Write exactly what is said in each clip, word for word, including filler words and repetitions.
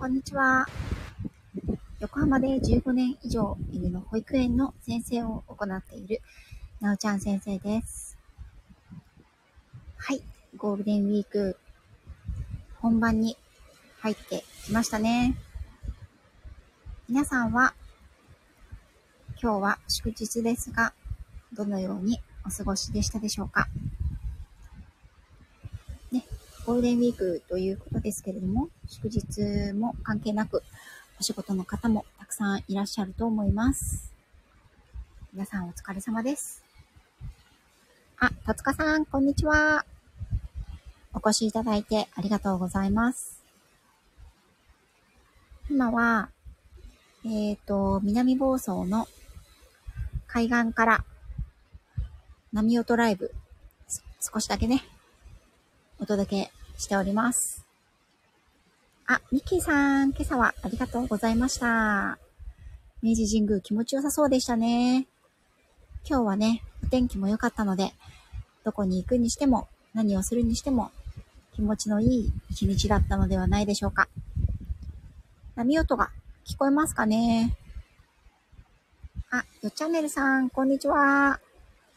こんにちは。横浜でじゅうごねん以上犬の保育園の先生を行っているなおちゃん先生です。はい、ゴールデンウィーク本番に入ってきましたね。皆さんは今日は祝日ですが、どのようにお過ごしでしたでしょうか。ね、ゴールデンウィークということですけれども、祝日も関係なくお仕事の方もたくさんいらっしゃると思います。皆さんお疲れ様です。あ、戸塚さん、こんにちは。お越しいただいてありがとうございます。今は、えっと、南房総の海岸から波音ライブ、少しだけね、お届けしております。あ、ミッキーさん、今朝はありがとうございました。明治神宮気持ちよさそうでしたね。今日はね、お天気も良かったので、どこに行くにしても、何をするにしても、気持ちのいい一日だったのではないでしょうか。波音が聞こえますかね。あ、よっチャンネルさん、こんにちは。あ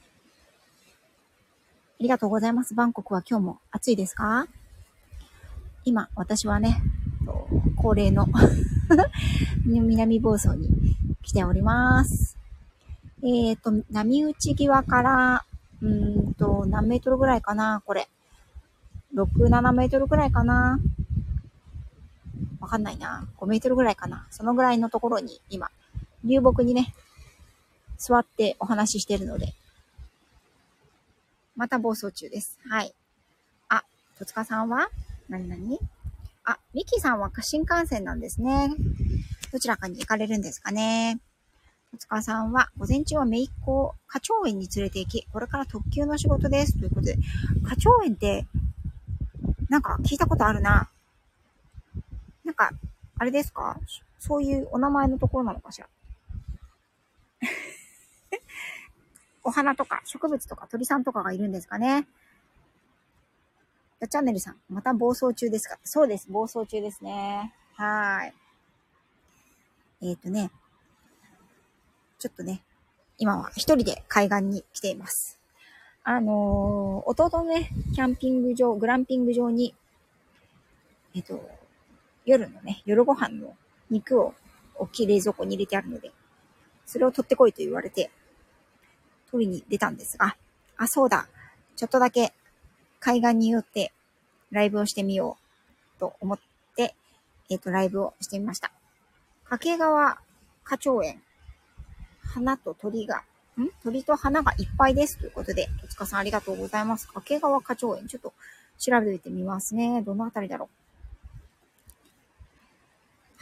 りがとうございます。バンコクは今日も暑いですか？今、私はね、恒例の南房総に来ております。えっと、波打ち際から、うーんと、何メートルぐらいかなこれ。ろく、ななメートルぐらいかなわかんないな。ごメートルぐらいかな。そのぐらいのところに今、流木にね、座ってお話ししているので、また暴走中です。はい。あ、戸塚さんは何々あ、ミキさんは新幹線なんですね。どちらかに行かれるんですかね。戸塚さんは午前中は姪っ子を花鳥園に連れて行き、これから特急の仕事です。ということで、花鳥園ってなんか聞いたことあるな。なんか、あれですか？そういうお名前のところなのかしら。お花とか植物とか鳥さんとかがいるんですかね。チャンネルさん、また暴走中ですか？そうです。暴走中ですね。はーい。えっとね、ちょっとね、今は一人で海岸に来ています。あのー、弟のね、キャンピング場、グランピング場に、えっと、夜のね、夜ご飯の肉を大きい冷蔵庫に入れてあるので、それを取ってこいと言われて、取りに出たんですが、あ、そうだ、ちょっとだけ海岸に寄ってライブをしてみようと思って、えっと、ライブをしてみました。掛川花鳥園。花と鳥が、ん鳥と花がいっぱいです。ということで、戸塚さんありがとうございます。掛川花鳥園。ちょっと調べておいてみますね。どのあたりだろう。はい、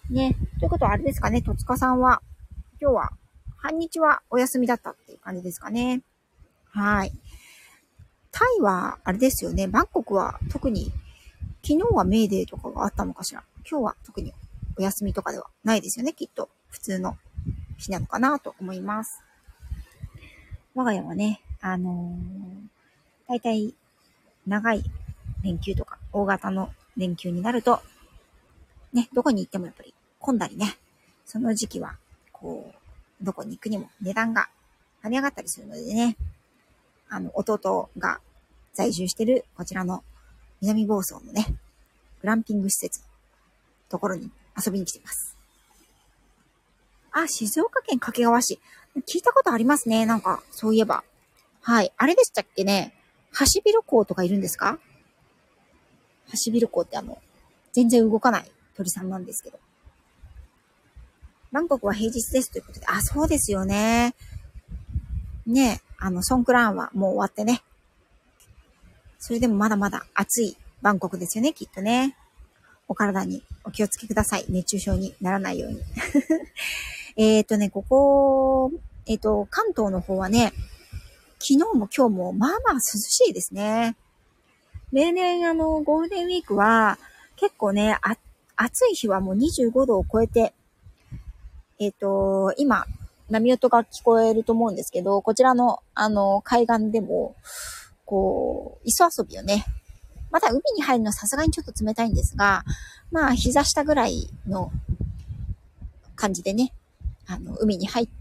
ね。ということはあれですかね。戸塚さんは、今日は、半日はお休みだったっていう感じですかね。はい。タイは、あれですよね。バンコクは特に、昨日はメーデーとかがあったのかしら。今日は特にお休みとかではないですよね。きっと、普通の日なのかなと思います。我が家はね、あのー、大体長い連休とか大型の連休になると、ね、どこに行ってもやっぱり混んだりね、その時期は、こう、どこに行くにも値段が跳ね上がったりするのでね、あの、弟が在住してるこちらの南房総のね、グランピング施設のところに遊びに来ています。あ、静岡県掛川市。聞いたことありますね。なんか、そういえば。はい。あれでしたっけね。ハシビロコウとかいるんですか？ハシビロコウってあの、全然動かない鳥さんなんですけど。バンコクは平日ですということで。あ、そうですよね。ねえ、あの、ソンクラーンはもう終わってね。それでもまだまだ暑いバンコクですよね、きっとね。お体にお気をつけください。熱中症にならないように。えっとね、ここ、えっと、関東の方はね、昨日も今日もまあまあ涼しいですね。例年あの、ゴールデンウィークは結構ね、あ、暑い日はもうにじゅうごどを超えて、えっと、今、波音が聞こえると思うんですけど、こちらのあの、海岸でも、こう、磯遊びをね、 まだ海に入るのはさすがにちょっと冷たいんですが、まあ膝下ぐらいの感じでね、あの、海に入って、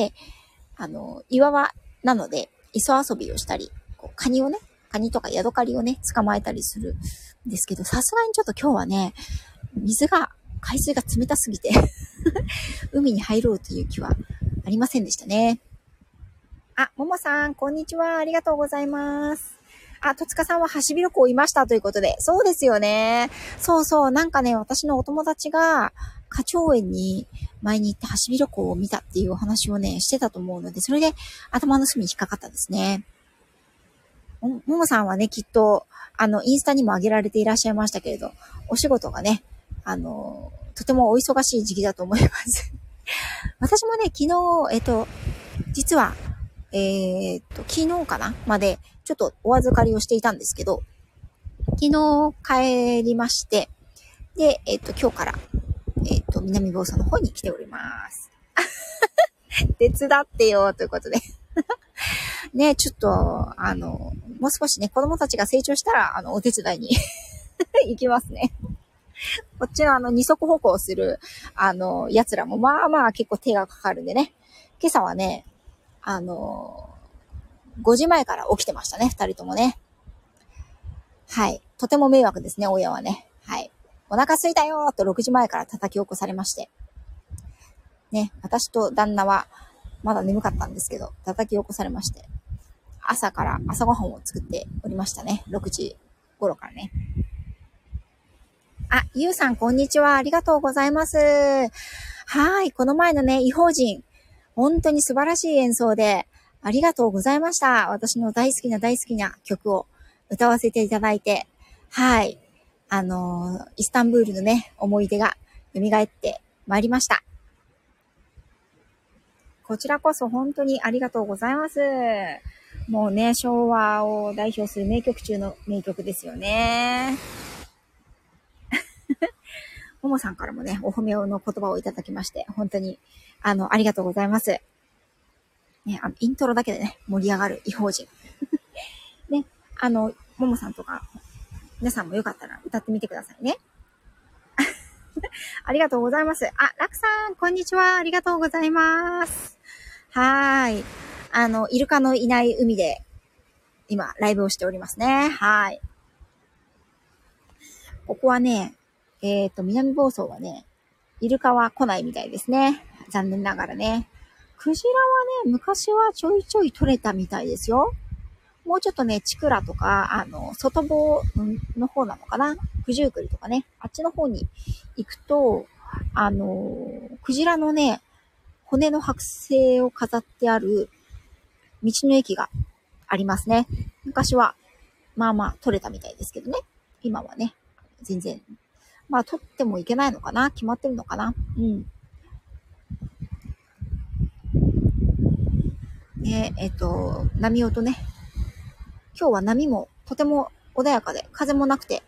あの、岩場なので、磯遊びをしたり、こうカニをね、カニとかヤドカリをね、捕まえたりするんですけど、さすがにちょっと今日はね、水が、海水が冷たすぎて、海に入ろうという気はありませんでしたね。あ、ももさん、こんにちは。ありがとうございます。あ、戸塚さんはハシビロコウいましたということで。そうですよね。そうそう。なんかね、私のお友達が、花鳥園に前に行ってハシビロコウを見たっていうお話をね、してたと思うので、それで頭の隅に引っかかったですね。ももさんはね、きっと、あの、インスタにも上げられていらっしゃいましたけれど、お仕事がね、あの、とてもお忙しい時期だと思います。私もね、昨日、えっと、実は、えー、っと、昨日かなまで、ちょっとお預かりをしていたんですけど、昨日帰りまして、で、えー、っと、今日から、えー、っと、南房総の方に来ております。手伝ってよ、ということで。ね、ちょっと、あの、もう少しね、子供たちが成長したら、あの、お手伝いに行きますね。こっちのあの、二足歩行する、あの、奴らも、まあまあ結構手がかかるんでね。今朝はね、あの、ごじまえから起きてましたね、二人ともね。はい。とても迷惑ですね、親はね。はい。お腹空いたよーとろくじまえから叩き起こされまして。ね、私と旦那は、まだ眠かったんですけど、叩き起こされまして。朝から朝ごはんを作っておりましたね。ろくじ頃からね。あ、ゆうさんこんにちは。ありがとうございます。はい。この前のね、異邦人。本当に素晴らしい演奏で、ありがとうございました。私の大好きな大好きな曲を歌わせていただいて。はい。あのー、イスタンブールのね、思い出が蘇ってまいりました。こちらこそ本当にありがとうございます。もうね、昭和を代表する名曲中の名曲ですよね。ももさんからもね、お褒めの言葉をいただきまして、本当に、あの、ありがとうございます。ね、あの、イントロだけでね、盛り上がる異邦人。ね、あの、ももさんとか、皆さんもよかったら歌ってみてくださいね。ありがとうございます。あ、ラクさん、こんにちは。ありがとうございます。はーい。あの、イルカのいない海で、今、ライブをしておりますね。はい。ここはね、えっと、南房総はね、イルカは来ないみたいですね。残念ながらね。クジラはね、昔はちょいちょい取れたみたいですよ。もうちょっとね、チクラとか、あの、外房の方なのかな、九十九里とかね、あっちの方に行くと、あの、クジラのね、骨の剥製を飾ってある道の駅がありますね。昔は、まあまあ取れたみたいですけどね。今はね、全然、まあ取ってもいけないのかな、決まってるのかな。うん。ね、えっと、波音ね。今日は波もとても穏やかで、風もなくて、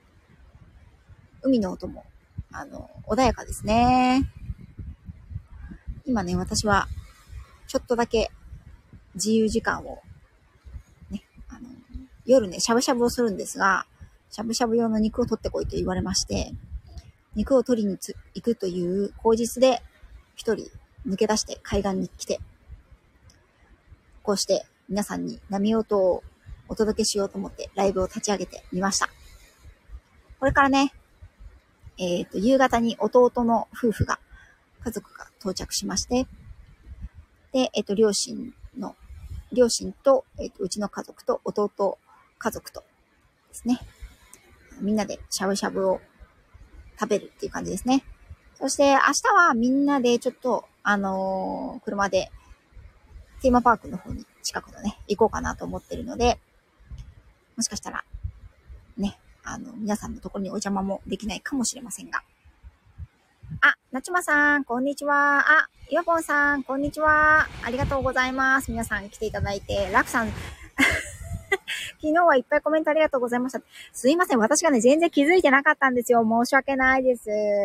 海の音も、あの、穏やかですね。今ね、私は、ちょっとだけ自由時間を、ね、あの、夜ね、しゃぶしゃぶをするんですが、しゃぶしゃぶ用の肉を取ってこいと言われまして、肉を取りに行くという口実で、一人抜け出して海岸に来て、こうして皆さんに波音をお届けしようと思ってライブを立ち上げてみました。これからね、えっと、夕方に弟の夫婦が、家族が到着しまして、で、えっと、両親の、両親と、えっと、うちの家族と弟家族とですね、みんなでしゃぶしゃぶを食べるっていう感じですね。そして明日はみんなでちょっと、あのー、車でテーマパークの方に近くのね、行こうかなと思ってるので、もしかしたら、ね、あの、皆さんのところにお邪魔もできないかもしれませんが。あ、なちまさん、こんにちは。あ、いわぽんさん、こんにちは。ありがとうございます。皆さん来ていただいて、ラクさん、昨日はいっぱいコメントありがとうございました。すいません、私がね、全然気づいてなかったんですよ。申し訳ないです。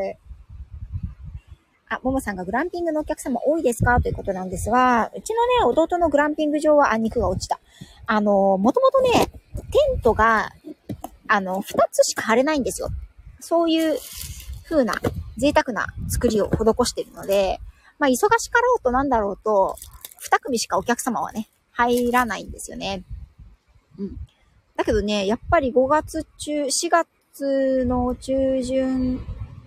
あ、ももさんがグランピングのお客様多いですかということなんですが、うちのね、弟のグランピング場は、あ、肉が落ちた。あの、もともとね、テントがあの、二つしか貼れないんですよ。そういう風な贅沢な作りを施しているので、まあ、忙しかろうとなんだろうと、二組しかお客様はね、入らないんですよね。うん。だけどね、やっぱりごがつ中、しがつの中旬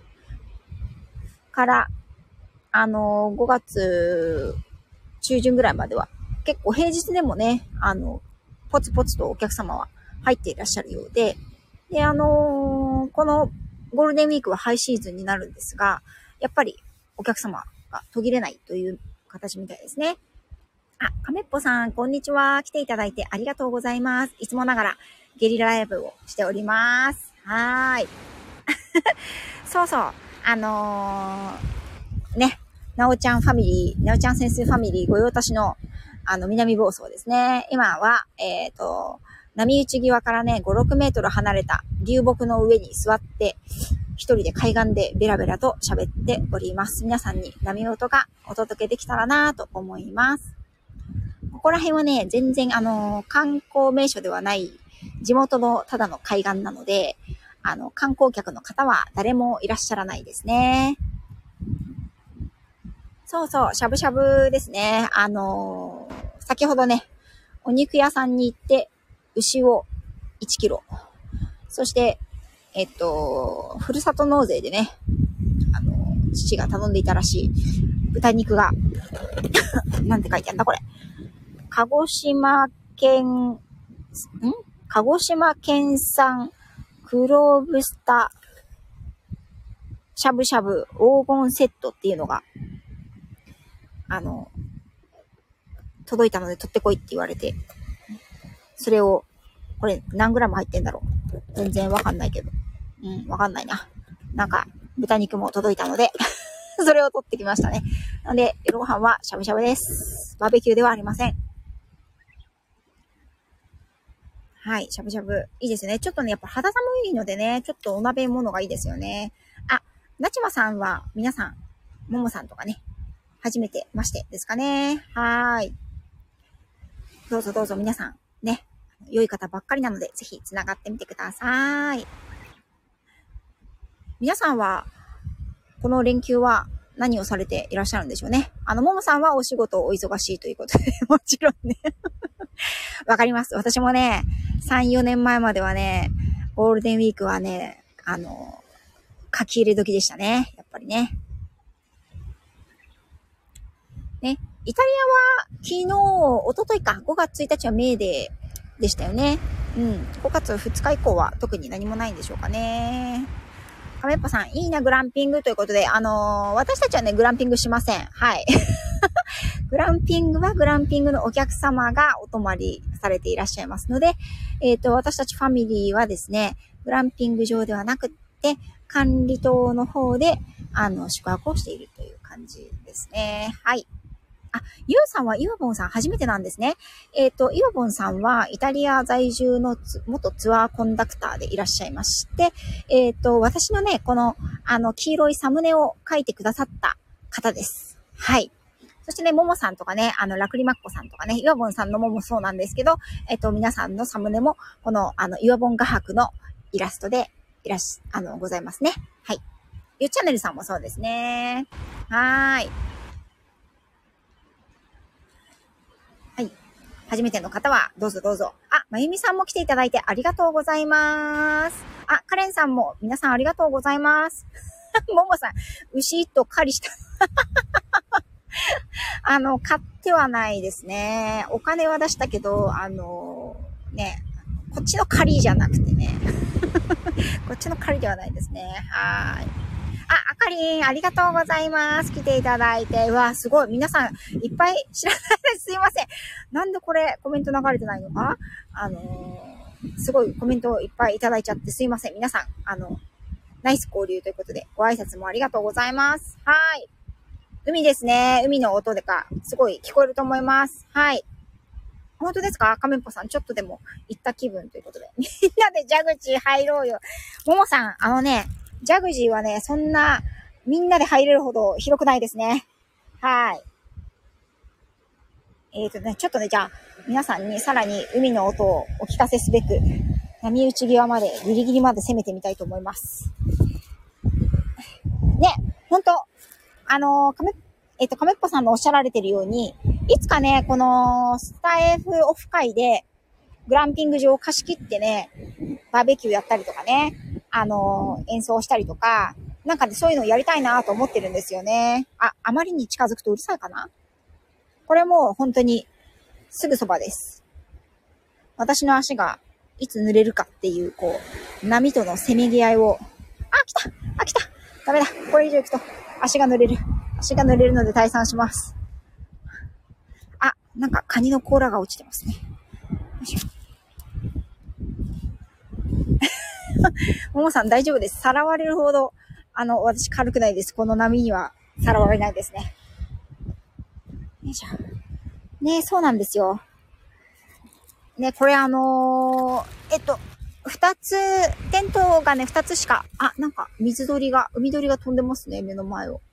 から、あの、ごがつ中旬ぐらいまでは、結構平日でもね、あの、ポツポツとお客様は入っていらっしゃるようで、で、あのー、このゴールデンウィークはハイシーズンになるんですが、やっぱりお客様が途切れないという形みたいですね。あ、亀っぽさん、こんにちは。来ていただいてありがとうございます。いつもながらゲリラライブをしております。はーい。そうそう。あのー、ね、なおちゃんファミリー、なおちゃん先生ファミリー御用達の、あの、南房総ですね。今は、えっと、波打ち際からね、ご、ろくメートル離れた流木の上に座って、一人で海岸でベラベラと喋っております。皆さんに波音がお届けできたらなと思います。ここら辺はね、全然あの、観光名所ではない地元のただの海岸なので、あの、観光客の方は誰もいらっしゃらないですね。そうそう、しゃぶしゃぶですね。あのー、先ほどね、お肉屋さんに行って、牛をいちキロ。そして、えっと、ふるさと納税でね、あのー、父が頼んでいたらしい豚肉が、なんて書いてあるんだこれ。鹿児島県、ん鹿児島県産黒豚しゃぶしゃぶ黄金セットっていうのが、あの、届いたので取ってこいって言われて、それを、これ何グラム入ってんだろう。全然わかんないけど。うん、わかんないな。なんか、豚肉も届いたので、それを取ってきましたね。なので、夜ご飯はしゃぶしゃぶです。バーベキューではありません。はい、しゃぶしゃぶ。いいですね。ちょっとね、やっぱ肌寒いのでね、ちょっとお鍋物がいいですよね。あ、なちまさんは、皆さん、ももさんとかね、初めてましてですかね。はーい。どうぞどうぞ皆さん、ね、良い方ばっかりなので、ぜひ繋がってみてください。皆さんは、この連休は何をされていらっしゃるんでしょうね。あの、ももさんはお仕事お忙しいということで、もちろんね。わかります。私もね、さん、よねんまえまではね、ゴールデンウィークはね、あの、書き入れ時でしたね。やっぱりね。ね。イタリアは昨日、一昨日か、ごがつついたちはメーデーでしたよね。うん。ごがつふつか以降は特に何もないんでしょうかね。亀っぽさん、いいな、グランピングということで、あのー、私たちはね、グランピングしません。はい。グランピングはグランピングのお客様がお泊まりされていらっしゃいますので、えっと、私たちファミリーはですね、グランピング場ではなくって、管理棟の方で、あの、宿泊をしているという感じですね。はい。あ、ゆうさんはイワボンさん初めてなんですね。えっと、イワボンさんはイタリア在住の元ツアーコンダクターでいらっしゃいまして、えっと、私のね、この、あの、黄色いサムネを書いてくださった方です。はい。そしてね、ももさんとかね、あの、ラクリマッコさんとかね、イワボンさんのももそうなんですけど、えっと、皆さんのサムネも、この、あの、イワボン画伯のイラストでいらっし、あの、ございますね。はい。ゆうチャンネルさんもそうですね。はーい。はい。初めての方は、どうぞどうぞ。あ、まゆみさんも来ていただいてありがとうございます。あ、カレンさんも、皆さんありがとうございます。ももさん、牛と狩りした。あの、買ってはないですね。お金は出したけど、あの、ね、こっちの狩りじゃなくてね。こっちの狩りではないですね。はーい。あ、あかりん、ありがとうございます。来ていただいて。うわ、すごい。皆さん、いっぱい知らないです。すいません。なんでこれ、コメント流れてないのかあのー、すごいコメントをいっぱいいただいちゃってすいません。皆さん、あの、ナイス交流ということで、ご挨拶もありがとうございます。はい。海ですね。海の音でか、すごい聞こえると思います。はい。本当ですか？カメンポさん、ちょっとでも行った気分ということで。みんなでジャグジー入ろうよ。ももさん、あのね、ジャグジーはね、そんな、みんなで入れるほど広くないですね。はい。えーとね、ちょっとね、じゃあ、皆さんにさらに海の音をお聞かせすべく、 波打ち際まで、ギリギリまで攻めてみたいと思います。ね、ほんと、あのー、かめ、えっと、かめっぽさんのおっしゃられてるように、いつかね、このスタイフオフ会で、グランピング場を貸し切ってね、バーベキューやったりとかね、あのー、演奏したりとか、なんかね、そういうのをやりたいなと思ってるんですよね。あ、あまりに近づくとうるさいかな？これも本当にすぐそばです。私の足がいつ濡れるかっていう、こう、波とのせめぎ合いを、あ、来たあ、来たダメだこれ以上行くと足が濡れる。足が濡れるので退散します。あ、なんかカニの甲羅が落ちてますね。よいしょ。ももさん大丈夫です。さらわれるほど、あの、私軽くないです。この波にはさらわれないですね。よいしょ。ね、そうなんですよ。ね、これあのー、えっと、二つ、テントがね、二つしか、あ、なんか水鳥が、海鳥が飛んでますね、目の前を。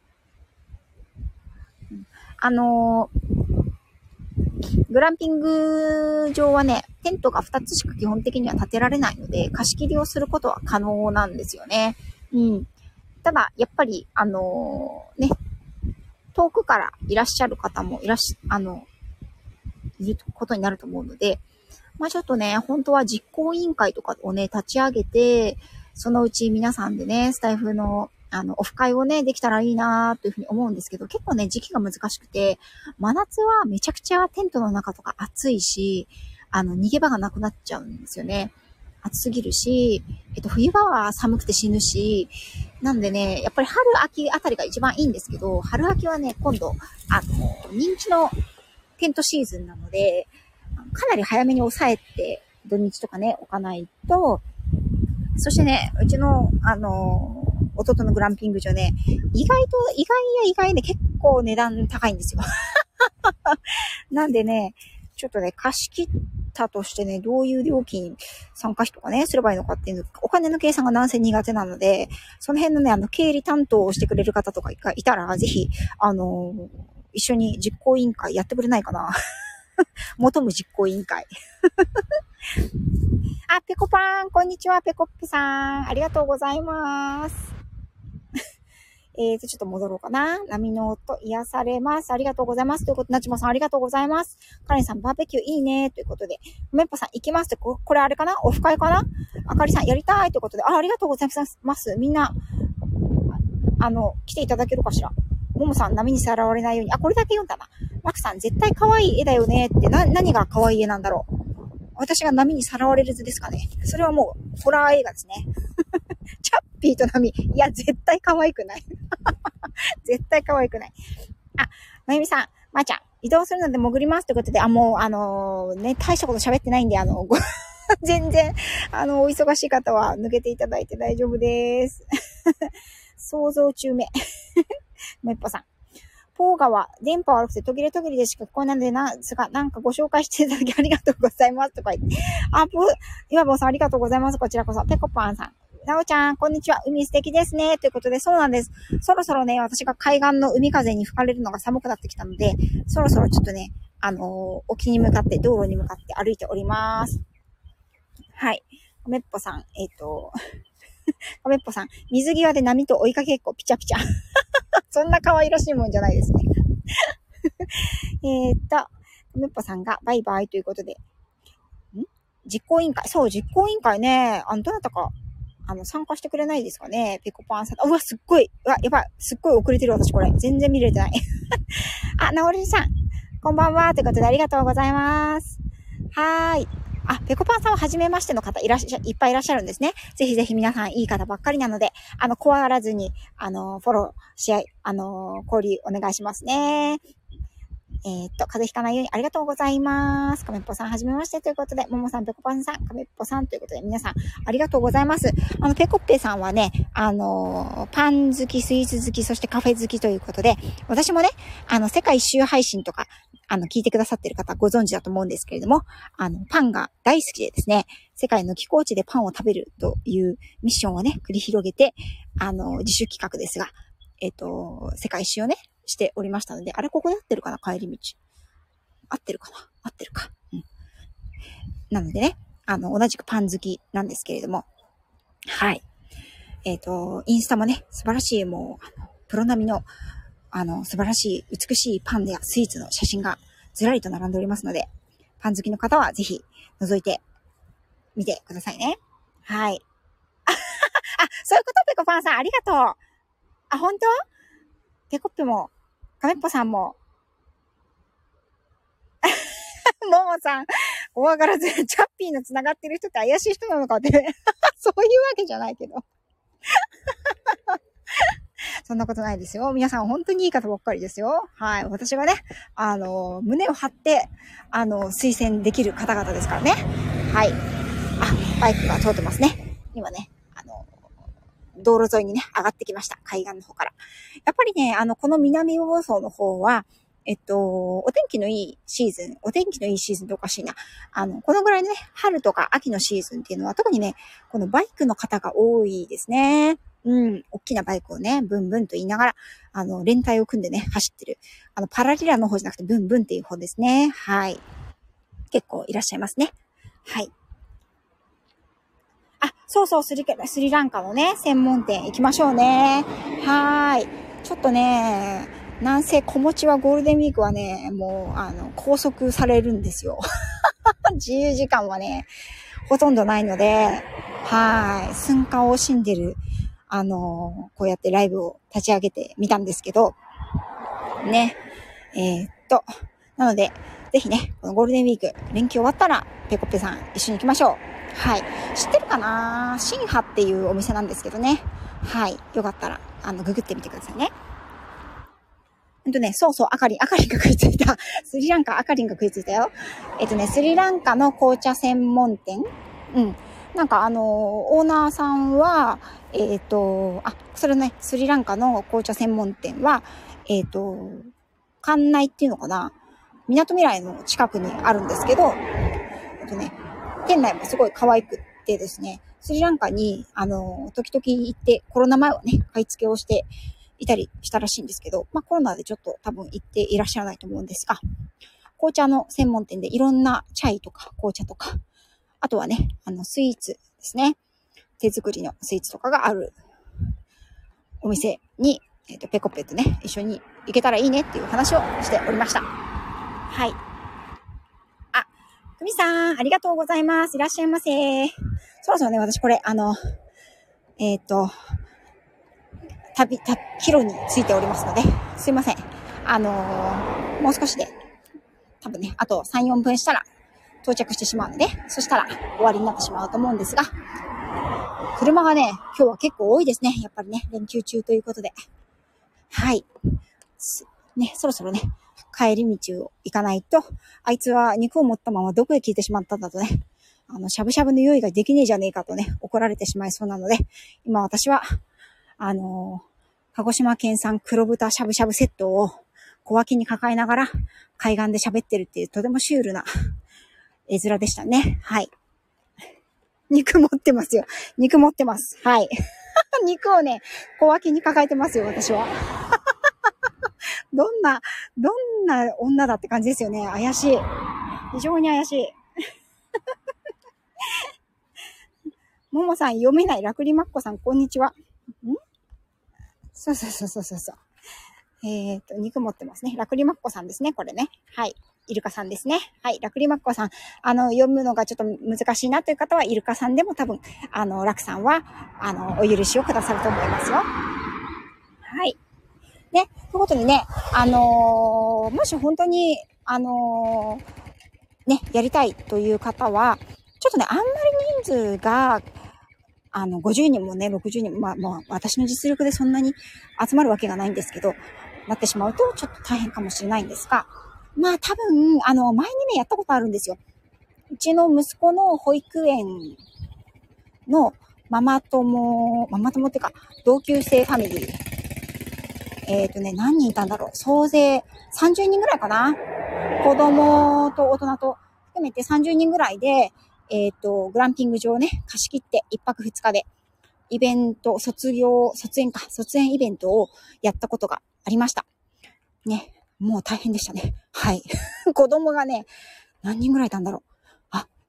あのー、グランピング場はね、テントが二つしか基本的には建てられないので、貸し切りをすることは可能なんですよね。うん。ただ、やっぱり、あのー、ね、遠くからいらっしゃる方もいらっしゃ、あの、いることになると思うので、まあちょっとね、本当は実行委員会とかをね、立ち上げて、そのうち皆さんでね、スタイフの、あの、オフ会をね、できたらいいなというふうに思うんですけど、結構ね、時期が難しくて、真夏はめちゃくちゃテントの中とか暑いし、あの、逃げ場がなくなっちゃうんですよね。暑すぎるし、えっと、冬場は寒くて死ぬし、なんでね、やっぱり春、秋あたりが一番いいんですけど、春、秋はね、今度、あの、人気のテントシーズンなので、かなり早めに抑えて、土日とかね、置かないと、そしてね、うちの、あのー、弟のグランピング場ね、意外と、意外や意外ね、結構値段高いんですよ。なんでね、ちょっとね、貸し切ったとしてね、どういう料金、参加費とかね、すればいいのかっていうの、お金の計算がなんせ苦手なので、その辺のね、あの、経理担当をしてくれる方とかいたら、ぜひ、あのー、一緒に実行委員会やってくれないかな。求む実行委員会。あ、ペコパーン、こんにちは、ペコッペさん。ありがとうございます。えーと、ちょっと戻ろうかな。波の音、癒されます。ありがとうございます。ということで、なちもさん、ありがとうございます。カレンさん、バーベキューいいね。ということで、めっぽさん、行きますって、これあれかな？オフ会かな？あかりさん、やりたい。ということで、あ、ありがとうございます。みんな、あの、来ていただけるかしら。ももさん、波にさらわれないように。あ、これだけ読んだな。マクさん、絶対可愛い絵だよねって、な、何が可愛い絵なんだろう。私が波にさらわれる図ですかね。それはもう、ホラー映画ですね。チャッピーと波。いや、絶対可愛くない。絶対可愛くない。あ、まゆみさん、まーちゃん、移動するので潜りますということで、あ、もう、あのー、ね、大したこと喋ってないんで、あの、全然、あの、お忙しい方は抜けていただいて大丈夫です。想像中め。めっぽさん。ポーガは電波悪くて途切れ途切れでしか聞こえないのでなんですが、なんかご紹介していただきありがとうございますとか言って。あ、ポー、岩坊さんありがとうございます。こちらこそ。ペコパンさん。なおちゃん、こんにちは。海素敵ですね。ということで、そうなんです。そろそろね、私が海岸の海風に吹かれるのが寒くなってきたので、そろそろちょっとね、あのー、沖に向かって、道路に向かって歩いております。はい。めっぽさん、えっと、めっぽさん、水際で波と追いかけっこ、ピチャピチャ。そんな可愛らしいもんじゃないですね。えっと、めっぽさんがバイバイということで。ん実行委員会。そう、実行委員会ね。あの、どなたか、あの、参加してくれないですかね。ペコパンさん。うわ、すっごい。うわ、やばい。すっごい遅れてる私これ。全然見れてない。あ、なおりさん。こんばんは。ということでありがとうございます。はーい。あ、ペコパンさんは初めましての方いらっしゃ、いっぱいいらっしゃるんですね。ぜひぜひ皆さんいい方ばっかりなので、あの、怖がらずに、あの、フォローし合い、あの、交流お願いしますね。えー、っと、風邪ひかないようにありがとうございます。かめっぽさんはじめましてということで、ももさん、ぺこぱんさん、かめっぽさんということで、皆さんありがとうございます。あの、ぺこっぺさんはね、あのー、パン好き、スイーツ好き、そしてカフェ好きということで、私もね、あの、世界一周配信とか、あの、聞いてくださってる方ご存知だと思うんですけれども、あの、パンが大好きでですね、世界の気候地でパンを食べるというミッションをね、繰り広げて、あの、自主企画ですが、えっと、世界一周をね、しておりましたので、あれここで合ってるかな帰り道。合ってるかな合ってるか。うん。なのでね、 あの、同じくパン好きなんですけれども。はい。えっと、インスタもね、素晴らしい、もう、あの、プロ並みの、あの、素晴らしい、美しいパンやスイーツの写真がずらりと並んでおりますので、パン好きの方はぜひ覗いてみてくださいね。はい。あ、そういうこと、ペコパンさん、ありがとう。あ、本当？ペコッペも、カメッポさんも、モモさん、怖がらず、チャッピーの繋がってる人って怪しい人なのかって、そういうわけじゃないけど。そんなことないですよ。皆さん本当にいい方ばっかりですよ。はい。私がね、あの、胸を張って、あの、推薦できる方々ですからね。はい。あ、バイクが通ってますね。今ね、あの、道路沿いにね、上がってきました。海岸の方から。やっぱりね、あの、この南房総の方は、えっと、お天気のいいシーズン、お天気のいいシーズンっておかしいな。あの、このぐらいのね、春とか秋のシーズンっていうのは、特にね、このバイクの方が多いですね。うん、大きなバイクをね、ブンブンと言いながら、あの、連帯を組んでね、走ってる。あの、パラリラの方じゃなくて、ブンブンっていう方ですね。はい。結構いらっしゃいますね。はい。あ、そうそう、スリ、スリランカのね、専門店行きましょうね。はーい。ちょっとね、なんせ子持ちはゴールデンウィークはね、もう、あの、拘束されるんですよ。自由時間はね、ほとんどないので、はい。寸暇を惜しんでる、あの、こうやってライブを立ち上げてみたんですけど、ね。えー、っと、なので、ぜひね、このゴールデンウィーク、連休終わったら、ペコペさん一緒に行きましょう。はい。知ってるかな？シンハっていうお店なんですけどね。はい。よかったら、あの、ググってみてくださいね。ほんとね、そうそう、アカリン、アカリンが食いついた。スリランカ、アカリンが食いついたよ。えっとね、スリランカの紅茶専門店。うん。なんかあのー、オーナーさんは、えっと、あ、それね、スリランカの紅茶専門店は、えっと、館内っていうのかな、港未来の近くにあるんですけど、えっとね、店内もすごい可愛くってですね、スリランカに、あのー、時々行って、コロナ前はね、買い付けをして、いたりしたらしいんですけど、まあコロナでちょっと多分行っていらっしゃらないと思うんですが、紅茶の専門店でいろんなチャイとか紅茶とか、あとはね、あのスイーツですね。手作りのスイーツとかがあるお店に、えっと、ペコペとね、一緒に行けたらいいねっていう話をしておりました。はい。あ、ふみさん、ありがとうございます。いらっしゃいませ。そろそろね、私これ、あの、えっと、旅、た、帰路についておりますので、すいません。あのー、もう少しで、多分ね、あとさん、よんぷんしたら到着してしまうので、そしたら終わりになってしまうと思うんですが、車がね、今日は結構多いですね。やっぱりね、連休中ということで。はい。ね、そろそろね、帰り道を行かないと、あいつは肉を持ったままどこへ消えてしまったんだとね、あの、しゃぶしゃぶの用意ができねえじゃねえかとね、怒られてしまいそうなので、今私は、あのー、鹿児島県産黒豚しゃぶしゃぶセットを小脇に抱えながら海岸で喋ってるっていうとてもシュールな絵面でしたね。はい。肉持ってますよ。肉持ってます。はい。肉をね、小脇に抱えてますよ、私は。どんな、どんな女だって感じですよね。怪しい。非常に怪しい。ももさん読めない。ラクリマッコさん、こんにちは。んそうそうそうそうそう。えっと、肉持ってますね。ラクリマッコさんですね、これね。はい。イルカさんですね。はい。ラクリマッコさん。あの、読むのがちょっと難しいなという方は、イルカさんでも多分、あの、ラクさんは、あの、お許しをくださると思いますよ。はい。ね。ということでね、あのー、もし本当に、あのー、ね、やりたいという方は、ちょっとね、あんまり人数が、あの、ごじゅうにんもね、ろくじゅうにんも、まあ、まあ、私の実力でそんなに集まるわけがないんですけど、なってしまうと、ちょっと大変かもしれないんですが、まあ、多分、あの、前にね、やったことあるんですよ。うちの息子の保育園のママ友、ママ友っていうか、同級生ファミリー。えっとね、何人いたんだろう。総勢さんじゅうにんぐらいかな。子供と大人と含めてさんじゅうにんぐらいで、えっと、グランピング場をね、貸し切っていっぱくふつかで、イベント、卒業、卒園か、卒園イベントをやったことがありました。ね、もう大変でしたね。はい。子供がね、何人ぐらいいたんだろう。あ、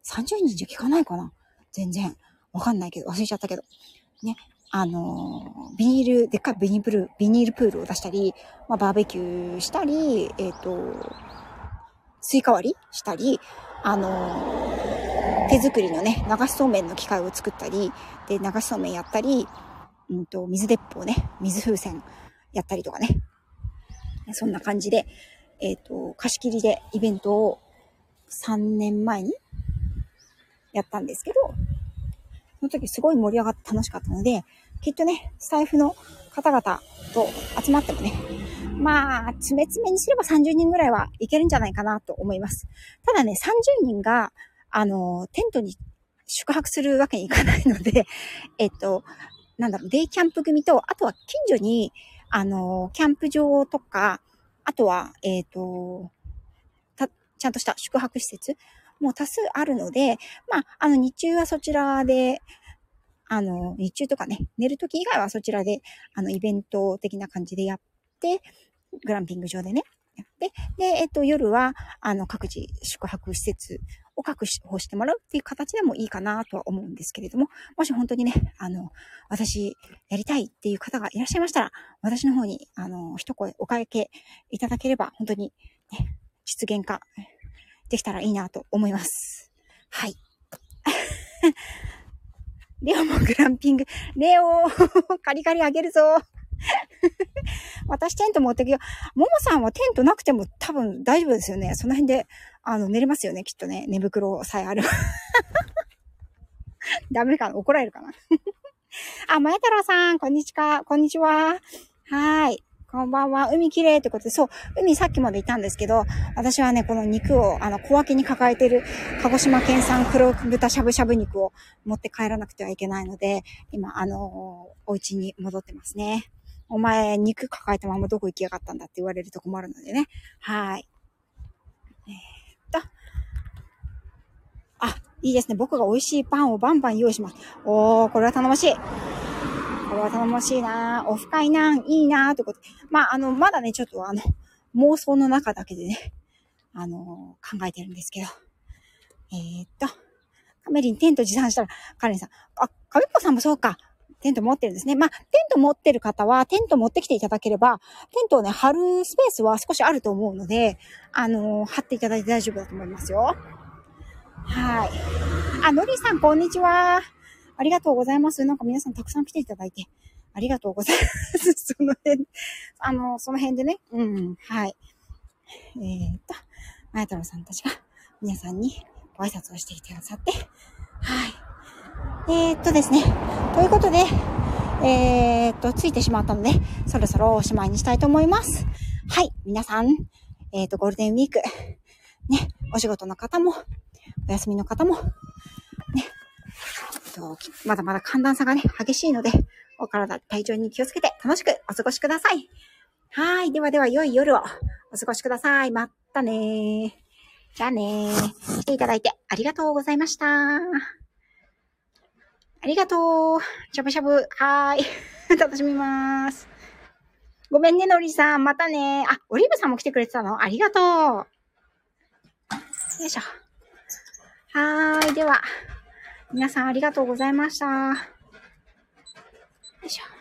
さんじゅうにんじゃ効かないかな全然。わかんないけど、忘れちゃったけど。ね。あの、ビニール、でっかいビニール、ビニールプールを出したり、まあ、バーベキューしたり、えっと、スイカ割りしたり、あの、手作りのね、流しそうめんの機械を作ったり、で、流しそうめんやったり、うんと、水鉄砲ね、水風船やったりとかね。そんな感じで、えっと、貸し切りでイベントをさんねんまえにやったんですけど、その時すごい盛り上がって楽しかったので、きっとね、スタイフの方々と集まってもね、まあ、詰め詰めにすればさんじゅうにんぐらいはいけるんじゃないかなと思います。ただね、さんじゅうにんが、あの、テントに宿泊するわけにいかないので、えっと、なんだろう、デイキャンプ組と、あとは近所に、あの、キャンプ場とか、あとは、えっと、た、ちゃんとした宿泊施設もう多数あるので、まあ、あの、日中はそちらで、あの、日中とかね、寝るとき以外はそちらで、あの、イベント的な感じでやって、グランピング場でね、やって、で、えっと、夜は、あの、各自宿泊施設を確保してもらうっていう形でもいいかなとは思うんですけれども、もし本当にね、あの、私、やりたいっていう方がいらっしゃいましたら、私の方に、あの、一声おかけいただければ、本当に、ね、実現化できたらいいなと思います。はい。レオもグランピング。レオカリカリあげるぞ私テント持ってくよ。ももさんはテントなくても多分大丈夫ですよね。その辺で、あの、寝れますよね。きっとね。寝袋さえある。ダメかな怒られるかなあ、まや太郎さん、こんにちは。こんにちは。はい。こんばんは。海綺麗ってことで、そう、海さっきまでいたんですけど、私はね、この肉を、あの、小分けに抱えてる、鹿児島県産黒豚しゃぶしゃぶ肉を持って帰らなくてはいけないので、今、あの、お家に戻ってますね。お前、肉抱えたままどこ行きやがったんだって言われると困るのでね。はい。えー、っと。あ、いいですね。僕が美味しいパンをバンバン用意します。おー、これは頼もしい。これは頼もしいなオフ会な、いいなということで。まあ、あの、まだね、ちょっとあの、妄想の中だけでね、あの、考えてるんですけど。えー、っと、カメリンテント持参したら、カレンさん、あ、カメッポさんもそうか。テント持ってるんですね。まあ、テント持ってる方は、テント持ってきていただければ、テントをね、張るスペースは少しあると思うので、あの、張っていただいて大丈夫だと思いますよ。はい。あ、のりさん、こんにちは。ありがとうございます。なんか皆さんたくさん来ていただいて、ありがとうございます。その辺、あの、その辺でね、うん、はい。えー、っと、まや太郎さんたちが皆さんにご挨拶をしていてくださって、はい。えー、っとですね、ということで、えー、っと、ついてしまったので、そろそろおしまいにしたいと思います。はい、皆さん、えー、っと、ゴールデンウィーク、ね、お仕事の方も、お休みの方も、ね、まだまだ寒暖差がね、激しいので、お体、体調に気をつけて楽しくお過ごしください。はい。ではでは、良い夜をお過ごしください。またねー。じゃあねー。来ていただいてありがとうございました。ありがとう。しゃぶしゃぶ。はーい。楽しみます。ごめんね、のりさん。またね。あ、オリーブさんも来てくれてたの？ありがとう。よいしょ。はーい。では、皆さんありがとうございました。よいしょ。